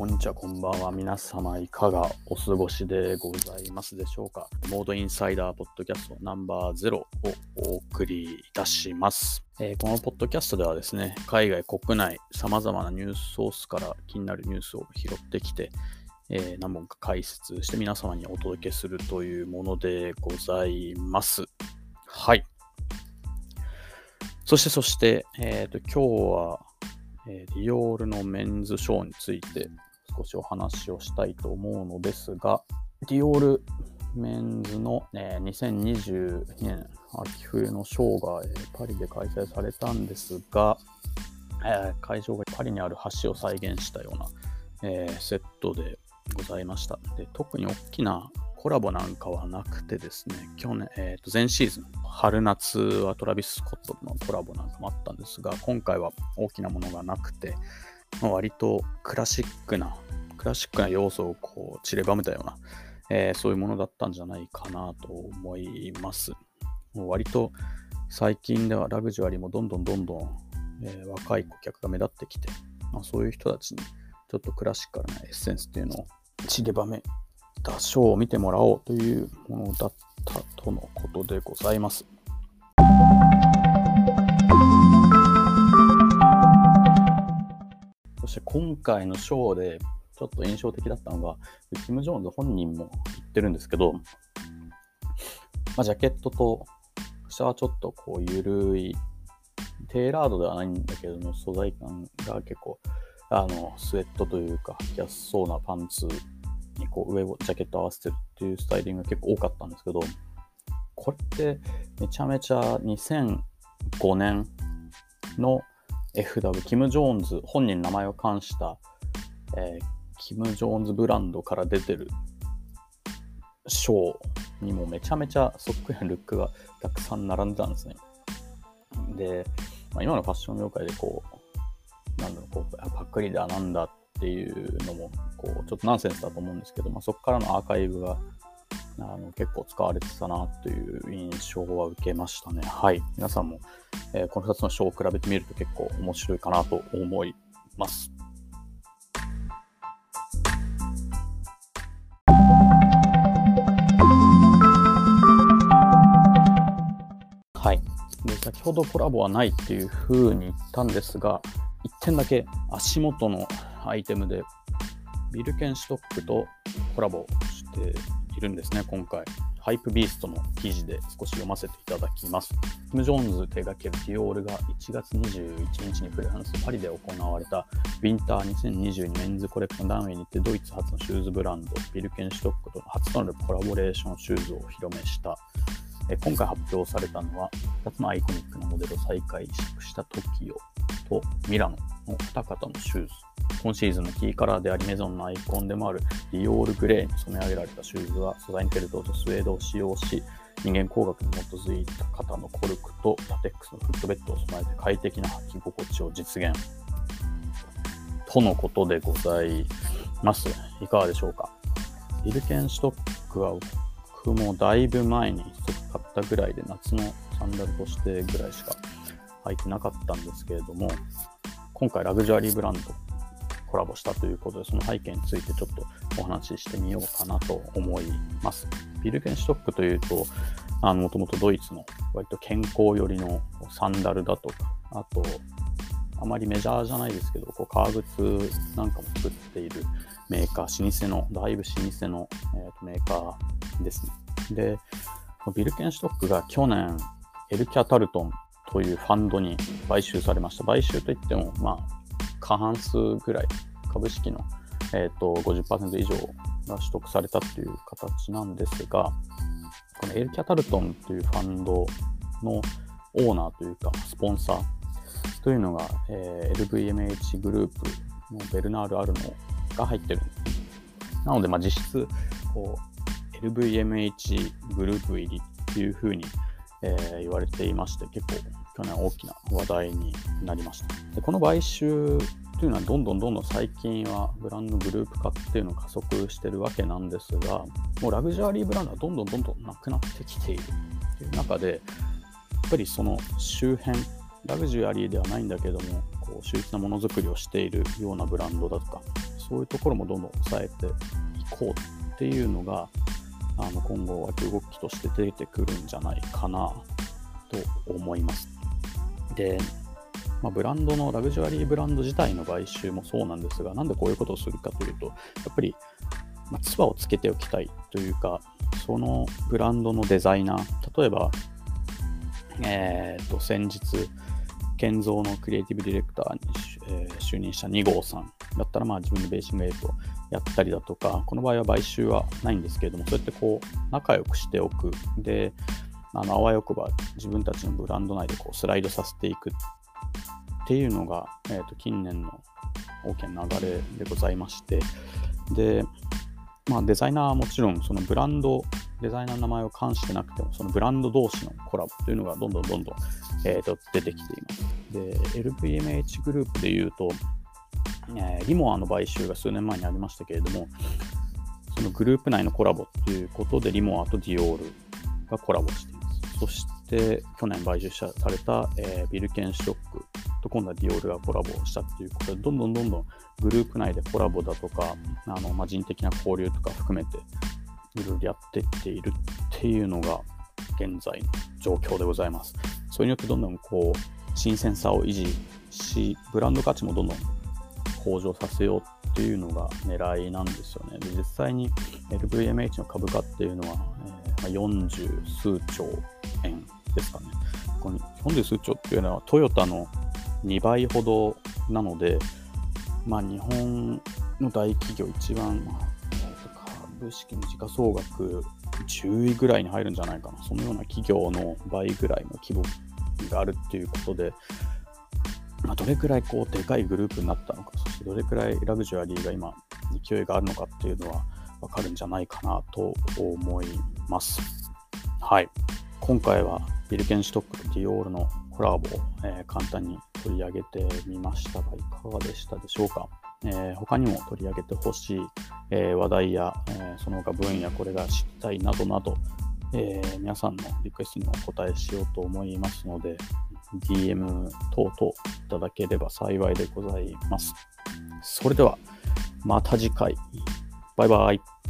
こんにちは、こんばんは。皆様いかがお過ごしでございますでしょうか。モードインサイダーポッドキャストナンバー0をお送りいたします。このポッドキャストではですね、海外国内様々なニュースソースから気になるニュースを拾ってきて、何本か解説して皆様にお届けするというものでございます。はい。そして、今日はディオールのメンズショーについて少しお話をしたいと思うのですが、ディオールメンズの、2022年秋冬のショーが、パリで開催されたんですが、会場がパリにある橋を再現したような、セットでございました。で、特に大きなコラボなんかはなくてですね、去年、前シーズン春夏はトラビス・スコットのコラボなんかもあったんですが、今回は大きなものがなくて、割とクラシックな要素をこう散りばめたような、そういうものだったんじゃないかなと思います。もう割と最近ではラグジュアリーもどんどん、若い顧客が目立ってきて、そういう人たちにちょっとクラシカルなエッセンスっていうのを散りばめたショーを見てもらおうというものだったとのことでございます。そして今回のショーでちょっと印象的だったのが、キム・ジョーンズ本人も言ってるんですけど、ジャケットと下はちょっとこう緩いテーラードではないんだけども、素材感が結構スウェットというか履きやすそうなパンツにこう上をジャケット合わせてるっていうスタイリングが結構多かったんですけど、これってめちゃめちゃ2005年の FW キム・ジョーンズ本人の名前を冠した、キム・ジョーンズブランドから出てるショーにもめちゃめちゃそっくりなルックがたくさん並んでたんですね。で、今のファッション業界でこうパックリだなんだっていうのもこうちょっとナンセンスだと思うんですけど、そこからのアーカイブが結構使われてたなという印象は受けましたね。はい。皆さんも、この2つのショーを比べてみると結構面白いかなと思います。はい。で、先ほどコラボはないっていう風に言ったんですが、1点だけ足元のアイテムでビルケンシュトックとコラボしているんですね。今回ハイプビーストの記事で少し読ませていただきます。キム・ジョーンズ手掛けるディオールが1月21日にフランスパリで行われたウィンター2022メンズコレクションランウェイにてドイツ初のシューズブランドビルケンシュトックと初となるコラボレーションシューズをお披露目した。今回発表されたのは2つのアイコニックなモデルを再開したトキオとミラノの2型のシューズ。今シーズンのキーカラーでありメゾンのアイコンでもあるディオールグレーに染め上げられたシューズは素材にフェルトとスウェードを使用し、人間工学に基づいた型のコルクとラテックスのフットベッドを備えて快適な履き心地を実現とのことでございます。いかがでしょうか。ビルケンシュトックは僕もだいぶ前に一つ買ったぐらいで、夏のサンダルとしてぐらいしか履いてなかったんですけれども、今回ラグジュアリーブランドコラボしたということで、その背景についてちょっとお話ししてみようかなと思います。ビルケンシュトックというと、もともとドイツの割と健康寄りのサンダルだとか、あとあまりメジャーじゃないですけど、革靴なんかも作っているメーカー、だいぶ老舗の、メーカーですね。で、ビルケンシュトックが去年エルキャタルトンというファンドに買収されました。買収といっても過半数ぐらい株式の、50% 以上が取得されたという形なんですが、このエルキャタルトンというファンドのオーナーというかスポンサーというのが、LVMH グループのベルナール・アルノが入ってるんです。なので実質LVMH グループ入りっていう風に、言われていまして、結構去年大きな話題になりました。で、この買収というのはどんどん最近はブランドグループ化っていうのを加速してるわけなんですが、もうラグジュアリーブランドはどんどんなくなってきているという中で、やっぱりその周辺、ラグジュアリーではないんだけども、秀逸なものづくりをしているようなブランドだとか、 そういうところもどんどん抑えていこうっていうのが今後は動きとして出てくるんじゃないかなと思います。で、ブランドのラグジュアリーブランド自体の買収もそうなんですが、なんでこういうことをするかというと、やっぱり唾をつけておきたいというか、そのブランドのデザイナー、例えば、先日建造のクリエイティブディレクターに、就任した2号さんだったら、自分でベーシングエイトをやったりだとか、この場合は買収はないんですけれども、そうやって仲良くしておく。で、あわよくば自分たちのブランド内でスライドさせていくっていうのが、近年の大きな流れでございまして、で、デザイナーはもちろんそのブランド、デザイナーの名前を冠してなくても、そのブランド同士のコラボというのがどんどん、出てきています。で、LVMH グループでいうと、リモアの買収が数年前にありましたけれども、そのグループ内のコラボということで、リモアとディオールがコラボしています。そして去年買収された、ビルケンシュトックと今度はディオールがコラボしたということで、どんどんグループ内でコラボだとか、人的な交流とか含めていろいろやっていっているっていうのが現在の状況でございます。それによってどんどん新鮮さを維持し、ブランド価値もどんどん向上させようっていうのが狙いなんですよね。で、実際に LVMH の株価っていうのは、40数兆円ですかね。この40数兆っていうのはトヨタの2倍ほどなので、日本の大企業一番、株式の時価総額10位ぐらいに入るんじゃないかな。そのような企業の倍ぐらいの規模があるっていうことで、どれくらいでかいグループになったのか、そしてどれくらいラグジュアリーが今勢いがあるのかっていうのは分かるんじゃないかなと思います。はい。今回はビルケンシュトックとディオールのコラボを、簡単に取り上げてみましたが、いかがでしたでしょうか。他にも取り上げてほしい、話題や、その他分野これが知りたいなどなど、皆さんのリクエストにお答えしようと思いますので、DM 等々いただければ幸いでございます。それではまた次回。バイバイ。